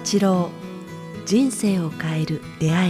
八郎、人生を変える出会い。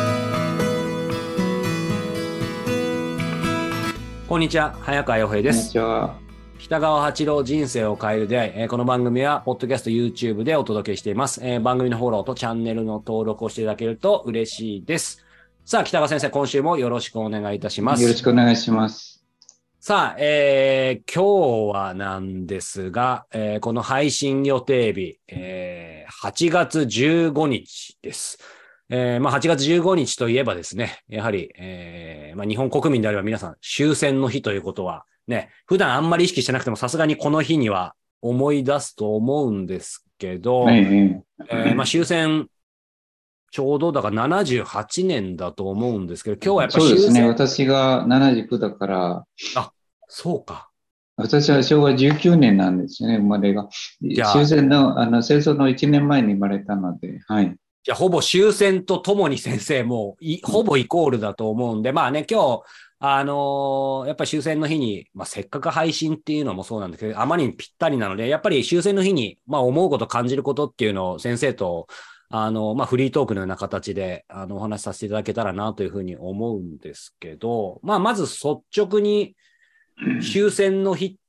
こんにちは、早川洋平です。 こんにちは。 北川八郎、人生を変える出会い。この番組はポッドキャスト YouTube でお届けしています。番組のフォローとチャンネルの登録をしていただけると嬉しいです。さあ、北川先生、今週もよろしくお願いいたします。 よろしくお願いします。 さあ、今日はなんですが、この配信予定日、8月15日です。8月15日といえばですね、やはり、日本国民であれば皆さん終戦の日ということはね、普段あんまり意識してなくてもさすがにこの日には思い出すと思うんですけど、終戦ちょうどだから78年だと思うんですけど、今日はやっぱりそうですね。私が79だから、 あ、そうか。 私は昭和19年なんですね、生まれが。終戦の、戦争の1年前に生まれたので、はい。 じゃあ、ほぼ終戦とともに先生もほぼイコールだと思うんで、まあね、今日、やっぱり終戦の日に、せっかく配信っていうのもそうなんですけど、あまりにぴったりなので、やっぱり終戦の日に、思うこと、感じることっていうのを先生と、フリートークのような形で、お話しさせていただけたらなというふうに思うんですけど、まず率直に、終戦の日って、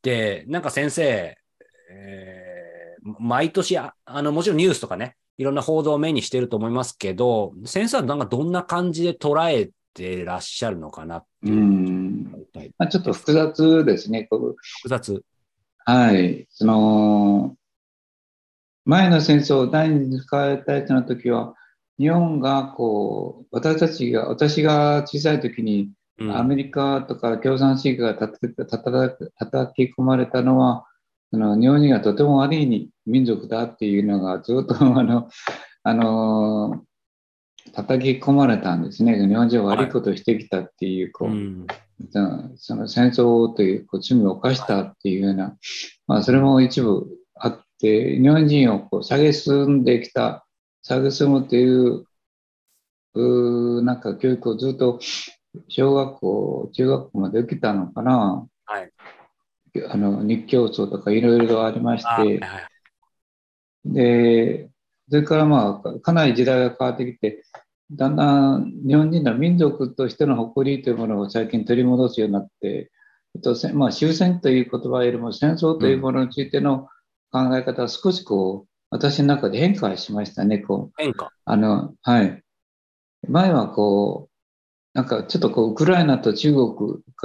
なんか先生、毎年もちろんニュースとかね、いろんな報道を目にしてると思いますけど、先生はなんかどんな感じで捉えてらっしゃるのかなっていう。 ちょっと複雑ですね。 複雑。 はい。前の戦争、第二次世界大戦の時は、日本が私が小さい時に、アメリカとか共産主義が叩き込まれたのは、日本人がとても悪い民族だっていうのがずっと叩き込まれたんですね。日本人は悪いことをしてきたっていう、その戦争という罪を犯したっていうような、それも一部あって、日本人を蔑むというなんか教育をずっと小学校、中学校まで受けたのかな。 はい、 日教組とかいろいろありまして、で、それからかなり時代が変わってきて、だんだん日本人の民族としての誇りというものを最近取り戻すようになって、終戦という言葉よりも戦争というものについての考え方は少し私の中で変化しましたね。 変化。 はい。前はなんかちょっとウクライナと中国から、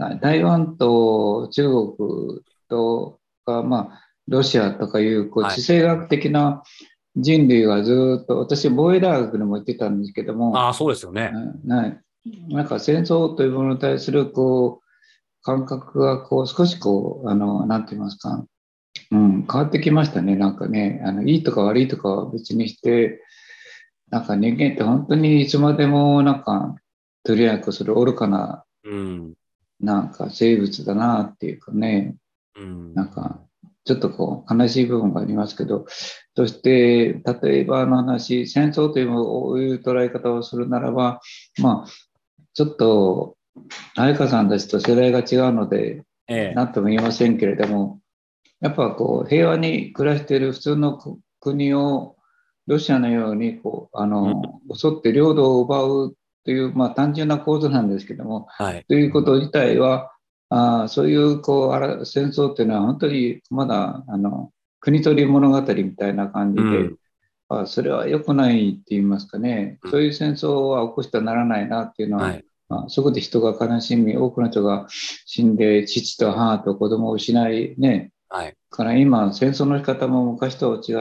台湾と中国とか、ロシアとかいう地政学的な人類がずっと、私防衛大学にも行ってたんですけども、 そうですよね。 なんか戦争というものに対する感覚が少しなんて言いますか、変わってきましたね。なんかね、いいとか悪いとかは別にして、なんか人間って本当にいつまでもなんか取り合いする愚かな、なんか生物だなっていうかね、なんかちょっと悲しい部分がありますけど、そして例えばの話、戦争という捉え方をするならば、ちょっと相川さんたちと世代が違うので、何とも言えませんけれども、やっぱ平和に暮らしている普通の国をロシアのように襲って領土を奪うという、単純な構図なんですけども、ということ自体は、そういう戦争っていうのは本当にまだ国取り物語みたいな感じで、それは良くないって言いますかね、そういう戦争は起こしてはならないなっていうのは、そこで人が悲しみ、多くの人が死んで、父と母と子供を失いね、から今、戦争の仕方も昔と違って、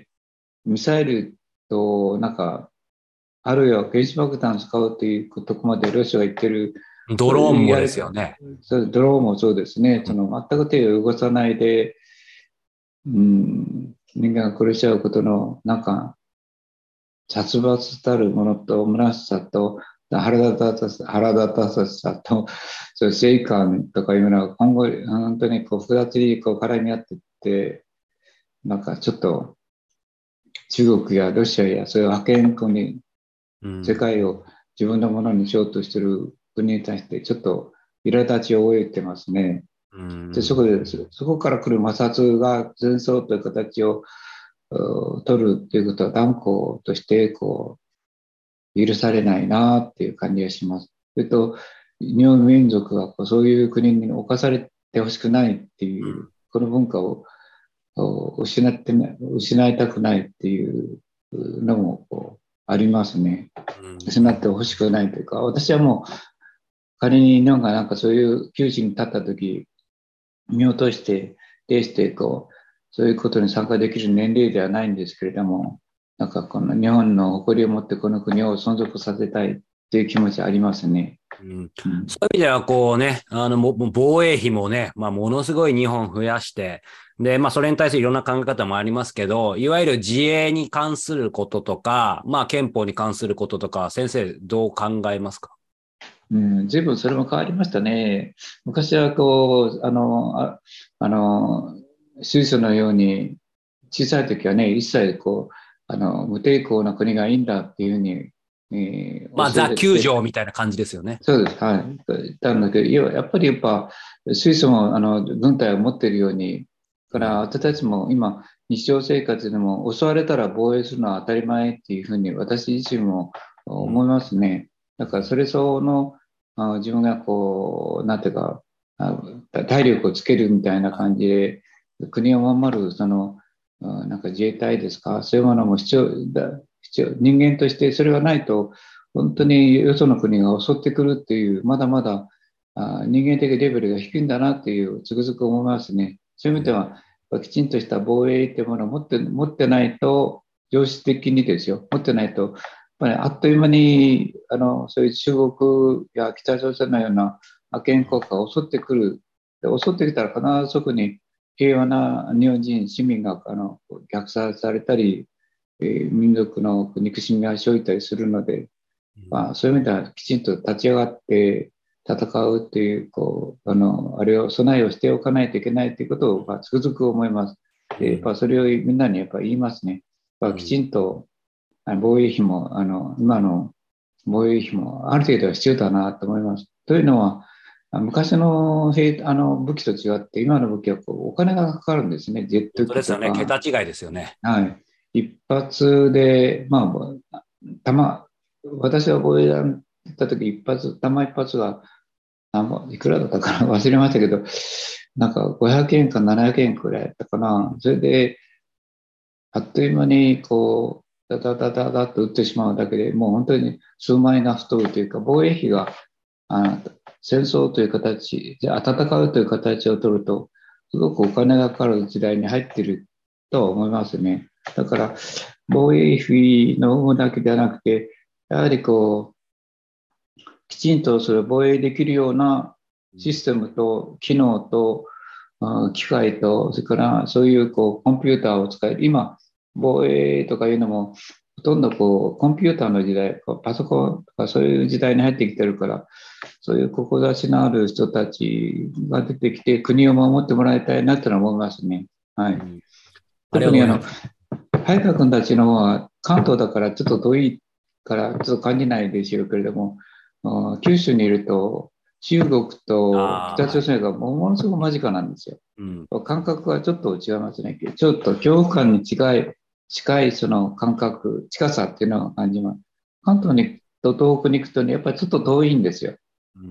ミサイルとあるいは原子爆弾を使うというところまでロシアが言ってる。 ドローンもですよね。 ドローンもそうですね。全く手を動かさないで、人間が殺し合うことの、殺伐たるものと虚しさと、腹立たさと、そういう正義感とかいうのが今後、本当に複雑に絡み合っていって、ちょっと中国やロシアやそういう覇権国、世界を自分のものにしようとしている国に対してちょっと苛立ちを覚えてますね。でそこから来る摩擦が戦争という形を取るっていうことは断固として許されないなっていう感じがします。それと日本民族がそういう国に侵されてほしくないっていうこの文化を失いたくないっていうのもありますね。失ってほしくないというか、私はもう仮に日本がなんかそういう窮地に立った時、見落として呈してそういうことに参加できる年齢ではないんですけれども、なんかこの日本の誇りを持ってこの国を存続させたいっていう気持ちありますね。 そういう意味では防衛費もね、ものすごい日本増やして、で、それに対するいろんな考え方もありますけど、いわゆる自衛に関することとか、憲法に関することとか、先生どう考えますか？ 随分それも変わりましたね。昔は水素のように小さい時はね、一切無抵抗な国がいいんだっていうふうに、 ザ・九条みたいな感じですよね。 そうです。はい。言ったんだけど、やっぱり水素も軍隊を持っているように、から私たちも今、日常生活でも襲われたら防衛するのは当たり前っていうふうに私自身も思いますね。だからそれ相応の自分がなんていうか、体力をつけるみたいな感じで、国を守る、なんか自衛隊ですか、そういうものも必要、人間としてそれがないと、本当によその国が襲ってくるっていう、まだまだ人間的レベルが低いんだなっていう、つくづく思いますね。そういう意味では、きちんとした防衛っていうものを持ってないと、常識的にですよ、持ってないと、あっという間にそういう中国や北朝鮮のような覇権国家が襲ってくる。で襲ってきたら必ずそこに平和な日本人、市民が虐殺されたり、民族の憎しみが生じたりするので、そういう意味ではきちんと立ち上がって戦うっていう、あれを備えをしておかないといけないということをつくづく思います。で、やっぱそれをみんなに言いますね。きちんと防衛費も、今の防衛費もある程度は必要だなと思います。というのは、昔の武器と違って、今の武器はお金がかかるんですね。ジェット機とか。 そうですよね。桁違いですよね。 はい。一発で、私は防衛団行った時、弾一発が、いくらだったかな忘れましたけど、なんか500円か700円くらいだったかな。それで、あっという間にダダダダダッと撃ってしまうだけでもう本当に数万円が太るというか、防衛費が戦争という形、戦うという形を取ると、すごくお金がかかる時代に入っているとは思いますね。だから、防衛費の有無だけではなくて、やはりきちんとそれを防衛できるようなシステムと機能と機械と、それからそういうコンピューターを使える。今、防衛とかいうのも、ほとんどコンピューターの時代、パソコンとかそういう時代に入ってきてるから、そういう志のある人たちが出てきて、国を守ってもらいたいなと思いますね。はい。特に早川君たちの方は関東だからちょっと遠いからちょっと感じないでしょうけれども、九州にいると中国と北朝鮮がものすごく間近なんですよ。感覚がちょっと違いますね。ちょっと恐怖感に近いその感覚、近さっていうのを感じます。関東にと東北に行くとね、やっぱりちょっと遠いんですよ。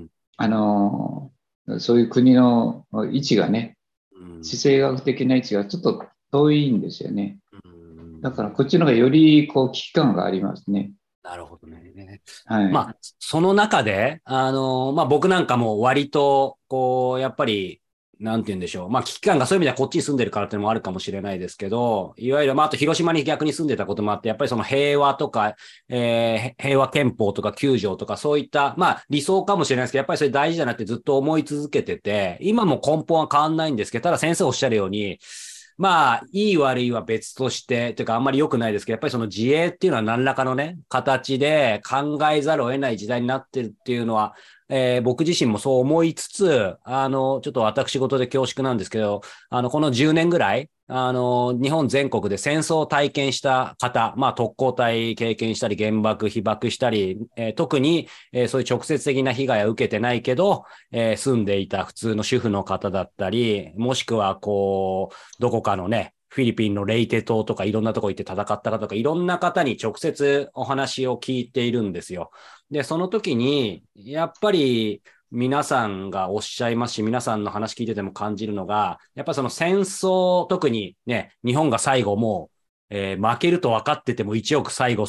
そういう国の位置がね、地政学的な位置がちょっと遠いんですよね。だからこっちの方がより危機感がありますね。 なるほどね。 はい。 その中で、僕なんかも割と、やっぱり、なんて言うんでしょう。危機感がそういう意味ではこっちに住んでるからっていうのもあるかもしれないですけど、いわゆる、あと広島に逆に住んでたこともあって、やっぱりその平和とか、平和憲法とか9条とかそういった、理想かもしれないですけど、やっぱりそれ大事だなってずっと思い続けてて、今も根本は変わんないんですけど、ただ先生おっしゃるように、いい悪いは別として、というかあんまり良くないですけど、やっぱりその自衛っていうのは何らかのね、形で考えざるを得ない時代になってるっていうのは、僕自身もそう思いつつ、ちょっと私事で恐縮なんですけど、この10年ぐらい、日本全国で戦争を体験した方、特攻隊経験したり、原爆、被爆したり、特に、そういう直接的な被害は受けてないけど、住んでいた普通の主婦の方だったり、もしくはどこかのね、 フィリピンのレイテ島とかいろんなとこ行って戦った方とかいろんな方に直接お話を聞いているんですよ。で、その時に、やっぱり皆さんがおっしゃいますし、皆さんの話聞いてても感じるのが、やっぱその戦争、特にね、日本が最後もう、負けると分かってても一億最後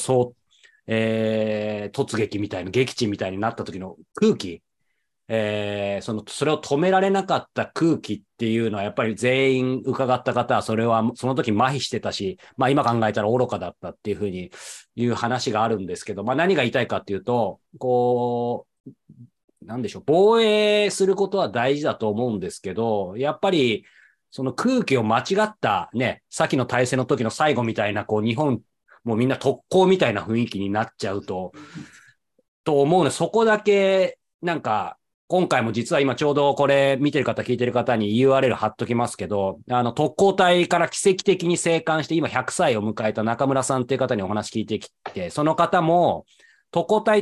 突撃みたいな、撃沈みたいになった時の空気、それを止められなかった空気っていうのは、やっぱり全員伺った方は、それはその時麻痺してたし、まあ今考えたら愚かだったっていうふうにいう話があるんですけど、まあ何が言いたいかっていうと、こう、なんでしょう、防衛することは大事だと思うんですけど、やっぱり、その空気を間違ったね、先の体制の時の最後みたいな、こう日本、もうみんな特攻みたいな雰囲気になっちゃうと思うので、そこだけ、なんか、今回も実は今ちょうどこれ見てる方聞いてる方に URL 貼っときますけど、特攻隊から奇跡的に生還して今100歳を迎えた中村さんっていう方にお話聞いてきて、その方も、特攻隊って、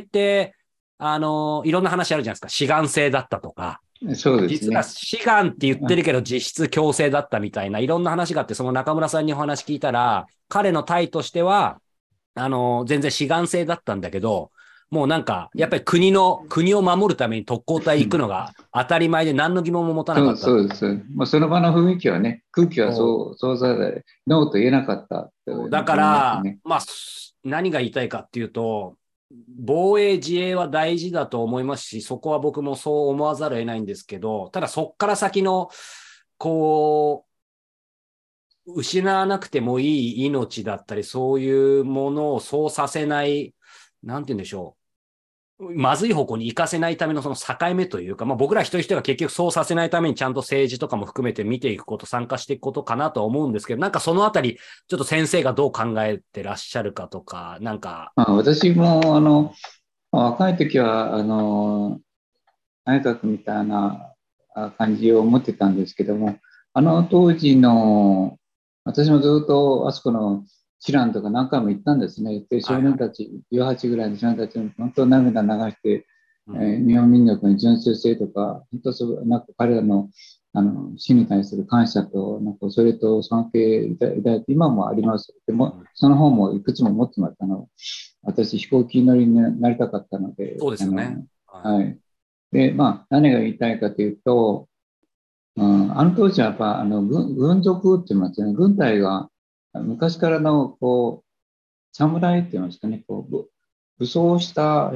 いろんな話あるじゃないですか。志願制だったとか。 そうです実はね。 志願って言ってるけど実質強制だったみたいないろんな話があって、その中村さんにお話聞いたら、彼の隊としては、全然志願制だったんだけど、もうなんか、やっぱり国を守るために特攻隊行くのが当たり前で何の疑問も持たなかった。 そうです。もうその場の雰囲気はね、空気はそうさで、ノーと言えなかったとだか思いますら、 ね。 まあ、何が言いたいかっていうと、防衛自衛は大事だと思いますし、そこは僕もそう思わざるを得ないんですけど、ただそっから先の、こ失わなくてもいい命だったり、そういうものをそうさせない、なんて言うんでしょう。まずい方向に行かせないためのその境目というか、まあ僕ら一人一人が結局そうさせないためにちゃんと政治とかも含めて見ていくこと、参加していくことかなと思うんですけど、なんかそのあたり、ちょっと先生がどう考えてらっしゃるかとか、なんか。 まあ、私も若い時は内閣みたいな感じを持ってたんですけども、あの当時の、私もずっとあそこの知覧とか何回も行ったんですね。で、少年たち、18ぐらいの少年たちに本当涙流して、日本民族の純粋性とか、本当そう、なんか彼らの死に対する感謝と、なんかそれと尊敬いただいて、今もあります。でも、その本もいくつも持ってます。私、飛行機乗りになりたかったので、 そうですよね。 はい。で、まあ、何が言いたいかというと、あの当時はやっぱ軍属って言いますね、軍隊が昔からのこう侍って言いますかね、こう武装した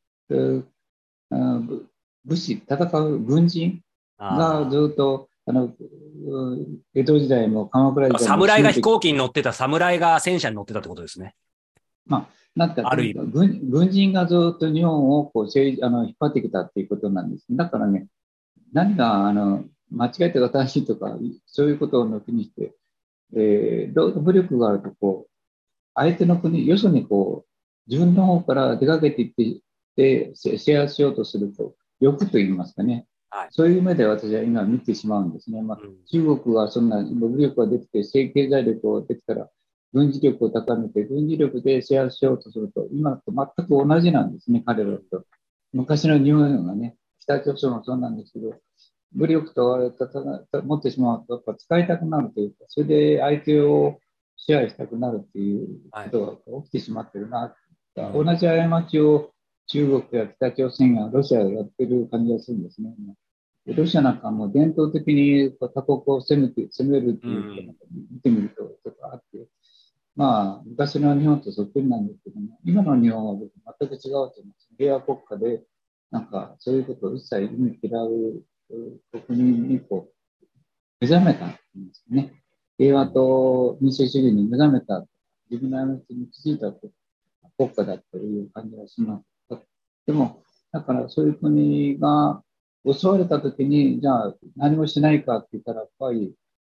武士、戦う軍人がずっと江戸時代も鎌倉時代も侍が飛行機に乗ってた、侍が戦車に乗ってたってことですね。 まあ、なんかある意味軍人がずっと日本をこう引っ張ってきたっていうことなんです。だからね、何が間違えて正しいとか、そういうことを抜きにして、武力があるとこう、相手の国、よそにこう、自分の方から出かけていって制圧しようとすると、欲と言いますかね、 はい、 そういう目で私は今見てしまうんですね。まあ、中国がそんな武力が出てきて、経済力ができたら、軍事力を高めて、軍事力で制圧しようとすると、今と全く同じなんですね、彼らと。昔の日本がね、北朝鮮もそうなんですけど、武力と持ってしまうと、やっぱ使いたくなるというか、それで相手を支配したくなるっていうことが起きてしまってるな。同じ過ちを中国や北朝鮮やロシアがやってる感じがするんですね。ロシアなんかも伝統的に他国を攻めるっていうのを見てみるとちょっとあって、まあ、昔の日本とそっくりなんですけども、今の日本は全く違うと思います。平和国家で、なんかそういうことを一切意味嫌う国民にこう目覚めたんですね。平和と民主主義に目覚めた、自分の過ちに気づいた国家だという感じがします。でも、だからそういう国が襲われたときに、じゃあ何もしないかって言ったら、やっぱり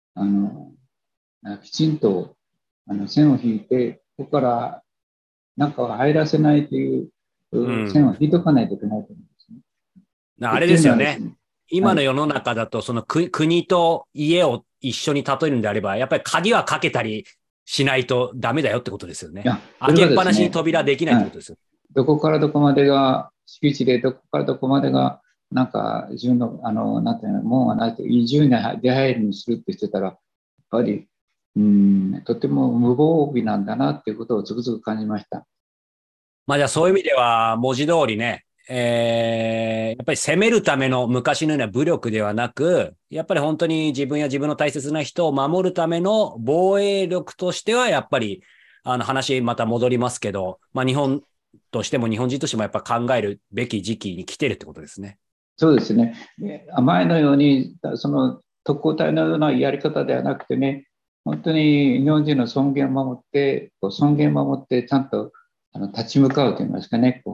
きちんと線を引いて、ここから中は入らせないという線を引いておかないといけないと思うんですね。 あれですよね。今の世の中だと、その国と家を一緒に例えるんであれば、やっぱり鍵はかけたりしないとダメだよってことですよね。開けっぱなしに扉できないってことですよ。 どこからどこまでが敷地で、どこからどこまでがなんか自分のなんていうの門がないと自由な出入りにするって言ってたら、やっぱりとても無防備なんだなっていうことをつくづく感じました。 まあじゃあそういう意味では文字通りね、やっぱり攻めるための昔のような武力ではなく、やっぱり本当に自分や自分の大切な人を守るための防衛力としては、やっぱり、話また戻りますけど、まあ日本としても日本人としてもやっぱ考えるべき時期に来てるってことですね。 そうですね。前のように、その特攻隊のようなやり方ではなくてね、本当に日本人の尊厳を守って、尊厳を守って、ちゃんと立ち向かうといいますかね、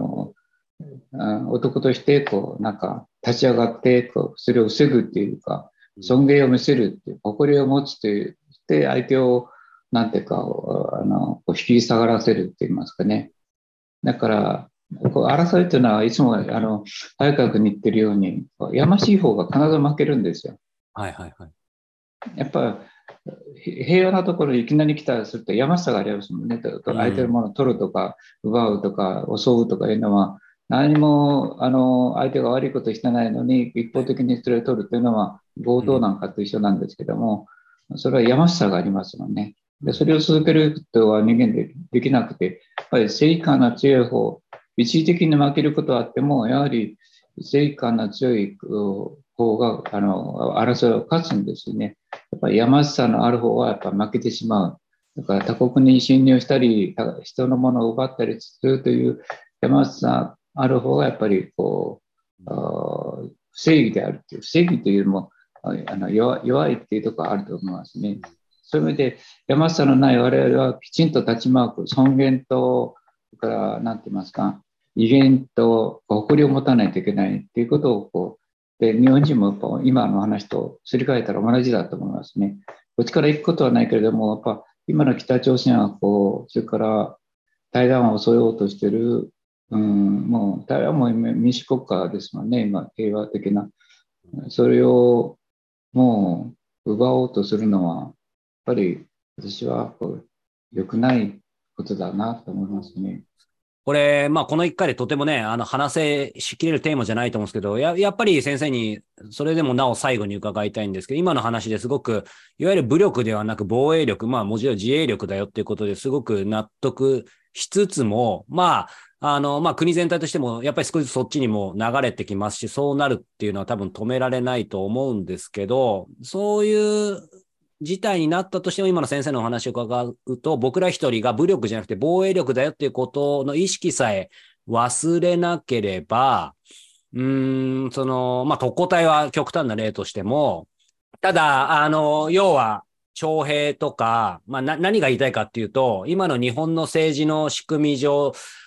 男としてなんか立ち上がってそれを防ぐっていうか、尊厳を見せるっていう、誇りを持つという、で相手をなんていうか引き下がらせるって言いますかね。だから争いというのはいつも早川君に言ってるように、やましい方が必ず負けるんですよ。 はいはいはい。 やっぱ平和なところにいきなり来たらするとやましさがありますもんね。相手のものを取るとか奪うとか襲うとかいうのは、何も相手が悪いことしてないのに一方的にそれを取るというのは強盗なんかと一緒なんですけども、それはやましさがありますもんね。でそれを続けることは人間できなくて、やっぱり正義感の強い方、一時的に負けることはあっても、やはり正義感の強い方が争いを勝つんですね。やっぱりやましさのある方はやっぱ負けてしまう。だから他国に侵入したり、人のものを奪ったりするというやましさある方がやっぱり不正義であるという、不正義というよりも弱いっていうところがあると思いますね。そういう意味で、やましさのない我々はきちんと立ち回る尊厳と、それから何て言いますか、威厳と誇りを持たないといけないっていうことをで日本人もやっぱ今の話とすり替えたら同じだと思いますね。こっちから行くことはないけれども、やっぱ今の北朝鮮はそれから台湾を襲おうとしている、もう台湾も民主国家ですもんね、今、平和的な。それをもう奪おうとするのは、やっぱり私は良くないことだなと思いますね。 これ、まあ、この一回でとてもね、話しきれるテーマじゃないと思うんですけど、やっぱり先生に、それでもなお最後に伺いたいんですけど、今の話ですごく、いわゆる武力ではなく防衛力、まあ、もちろん自衛力だよっていうことですごく納得しつつも、まあ、まあ、国全体としても、やっぱり少しずつそっちにも流れてきますし、そうなるっていうのは多分止められないと思うんですけど、そういう事態になったとしても、今の先生のお話を伺うと、僕ら一人が武力じゃなくて防衛力だよっていうことの意識さえ忘れなければ、まあ、特攻隊は極端な例としても、ただ、要は、徴兵とか、まあ、何が言いたいかっていうと、今の日本の政治の仕組み上、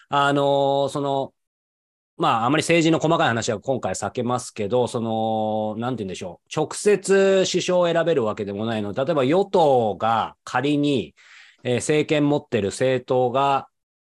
まあ、あまり政治の細かい話は今回避けますけど、なんて言うんでしょう。直接首相を選べるわけでもないので、例えば与党が仮に、政権持ってる政党が、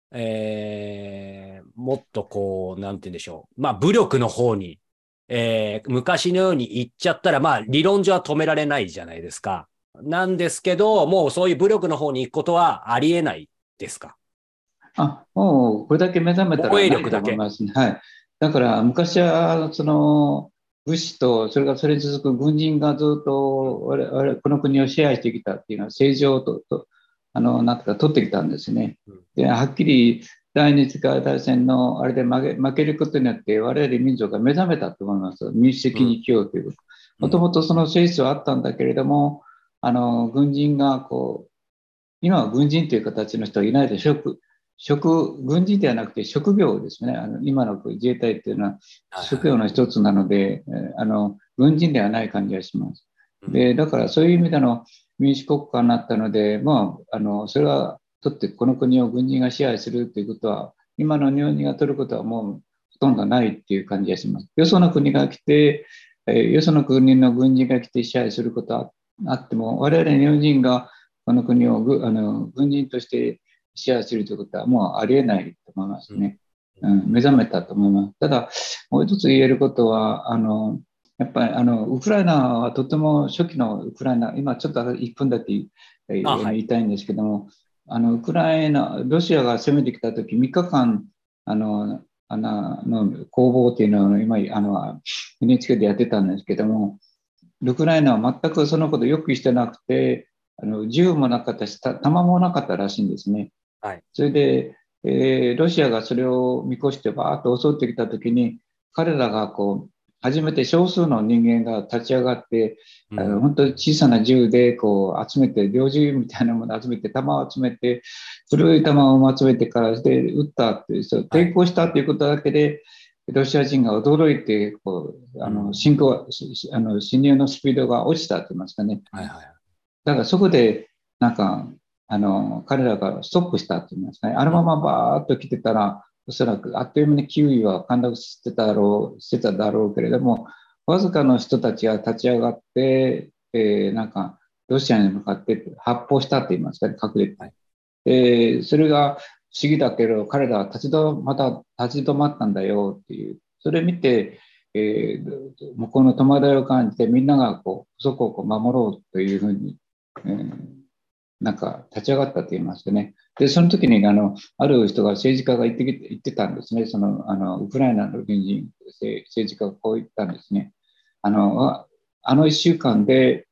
もっとなんて言うんでしょう。まあ、武力の方に、昔のように行っちゃったら、まあ、理論上は止められないじゃないですか。なんですけど、もうそういう武力の方に行くことはありえないですか？ もうこれだけ目覚めた防らないと衛力だけ。 思いますね。はい。だから昔は武士とそれからそれに続く軍人がずっとこの国を支配してきたっていうのは政治をなんとか取ってきたんですね。ではっきり第二次世界大戦のあれで負けることによって我々民族が目覚めたと思います。民主的に生きようということ。もともとその性質はあったんだけれども、軍人が今は軍人という形の人はいないで軍人ではなくて職業ですね。今の自衛隊っていうのは職業の一つなので、軍人ではない感じがします。で、だからそういう意味での民主国家になったので、まあ、それは取ってこの国を軍人が支配するということは、今の日本人が取ることはもうほとんどないっていう感じがします。よその国が来て、よその国の軍人が来て支配することはあっても、我々日本人がこの国を軍人として支配するということはもうありえないと思いますね。目覚めたと思います。ただ、もう一つ言えることは、やっぱりウクライナはとても初期のウクライナ、今ちょっと1分だけ言いたいんですけども、ウクライナ、ロシアが攻めてきたとき、3日間、の攻防というのを今、NHK でやってたんですけども、ウクライナは全くそのことを予期してなくて、 銃もなかったし、弾もなかったらしいんですね。 はい。 それで、ロシアがそれを見越してバーッと襲ってきたときに、彼らがこう、初めて少数の人間が立ち上がって、本当に小さな銃でこう集めて、猟銃みたいなものを集めて、弾を集めて、古い弾を集めてからで撃ったっていう、そう抵抗したということだけで、ロシア人が驚いてこう侵入のスピードが落ちたと言いますかね。 はいはい。 だからそこでなんか彼らがストップしたと言いますかね。あのままバーッと来てたら、おそらくあっという間にキウイは陥落してただろうけれども、わずかの人たちが立ち上がって、なんかロシアに向かって発砲したと言いますかね、隠れて。はい、それが不思議だけど、彼らはまた立ち止まったんだよっていう、それ見て、向こうの戸惑いを感じて、みんながこうそこを守ろうというふうに、なんか立ち上がったと言いますかね。で、その時にある人が政治家が言ってたんですね。ウクライナの軍人、政治家がこう言ったんですね。1週間で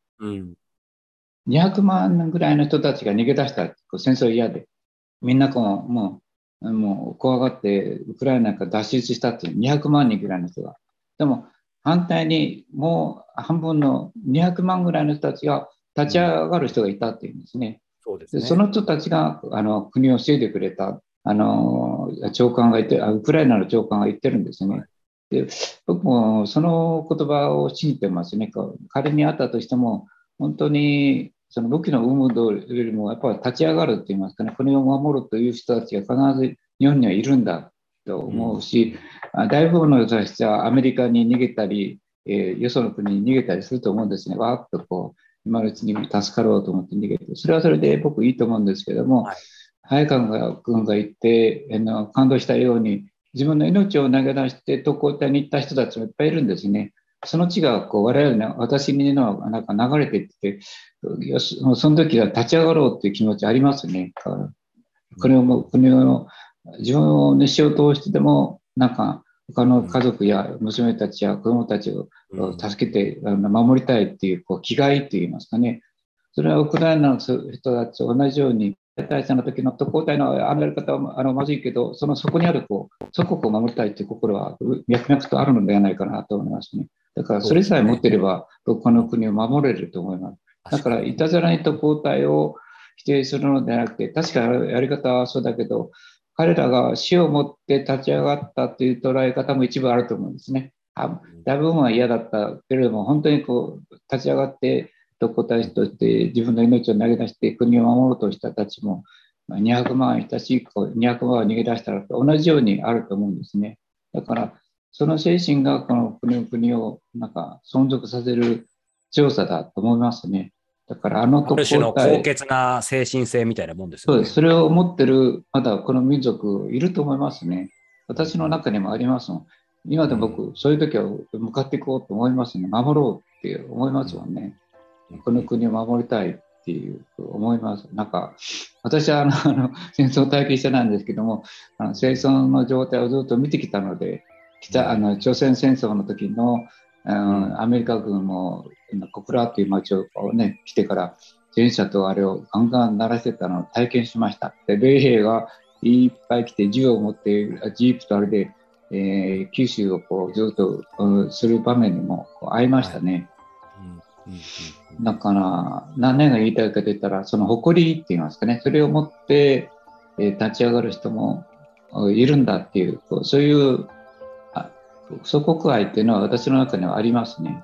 200万ぐらいの人たちが逃げ出した。戦争嫌で。みんなもう怖がってウクライナから脱出したっていう200万人ぐらいの人が。でも反対にもう半分の200万ぐらいの人たちが立ち上がる人がいたっていうんですね。 そうですね。 その人たちが国を教えてくれた長官がいて、ウクライナの長官が言ってるんですね。で、僕もその言葉を信じてますね。仮にあったとしても、本当にその武器の有無よりもやっぱり立ち上がるって言いますかね、国を守るという人たちが必ず日本にはいるんだと思うし、大部分の人たちはアメリカに逃げたり、よその国に逃げたりすると思うんですね。わーっとこう今のうちに助かろうと思って逃げて、それはそれで僕いいと思うんですけども、早川君が言って感動したように、自分の命を投げ出して特攻隊に行った人たちもいっぱいいるんですね。その地がこう我々私になんか流れていって、その時は立ち上がろうっていう気持ちありますね。国を自分の死を通してでもなんか他の家族や娘たちや子供たちを助けて守りたいっていう気概といいますかね。それはウクライナの人たちと同じように、大戦の時の特攻隊のやり方はまずいけど、そこにある祖国を守りたいという心は脈々とあるのではないかなと思いますね。だからそれさえ持っていれば、他の国を守れると思います。だから、いたずらに特攻隊を否定するのではなくて、確かやり方はそうだけど、彼らが死をもって立ち上がったという捉え方も一部あると思うんですね。大部分は嫌だったけれども、本当に立ち上がって特攻隊として自分の命を投げ出して国を守ろうとした人たちも200万いたし、200万逃げ出したらと同じようにあると思うんですね。だからその精神がこの国をなんか存続させる強さだと思いますね。だから特攻隊、ある種の高潔な精神性みたいなもんですよね。 そうです。それを持ってるまだこの民族いると思いますね。私の中にもありますもん。今でも僕、そういう時は向かっていこうと思いますね。守ろうって思いますもんね。この国を守りたいっていう思います。なんか私は戦争体験者なんですけども、戦争の状態をずっと見てきたので、朝鮮戦争の時のアメリカ軍も小倉という町をね来てから戦車とあれをガンガン鳴らしてたのを体験しました。で、米兵がいっぱい来て銃を持ってジープとあれで、九州をずっとする場面にも会いましたね。だから何年が言いたいかと言ったら、その誇りって言いますかね、それを持って立ち上がる人もいるんだっていう、そういう祖国愛っていうのは私の中にはありますね。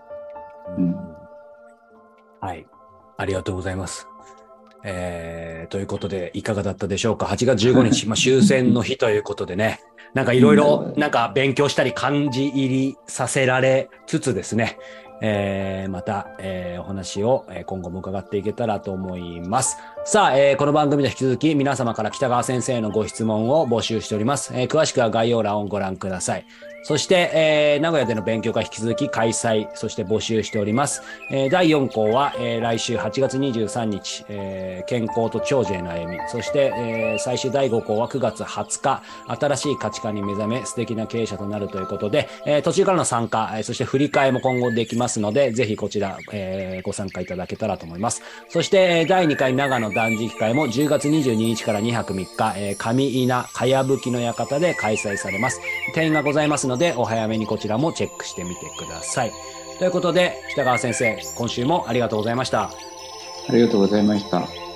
はい、ありがとうございます。ということでいかがだったでしょうか。8月15日、終戦の日ということでね、なんかいろいろなんか勉強したり感じ入りさせられつつですね、また、お話を今後も伺っていけたらと思います。 さあ、この番組で引き続き皆様から北川先生のご質問を募集しております。詳しくは概要欄をご覧ください。そして、名古屋での勉強会引き続き開催、そして募集しております。第4項は、来週8月23日、健康と長寿への歩み。そして、最終第5項は9月20日、新しい価値観に目覚め、素敵な経営者となるということで、途中からの参加、そして振り替えも今後できますので、ぜひこちら、ご参加いただけたらと思います。そして、第2回長野断食会も10月22日から2泊3日、上稲かやぶきの館で開催されます。定員がございますので、お早めにこちらもチェックしてみてください。ということで、北川先生、今週もありがとうございました。 ありがとうございました。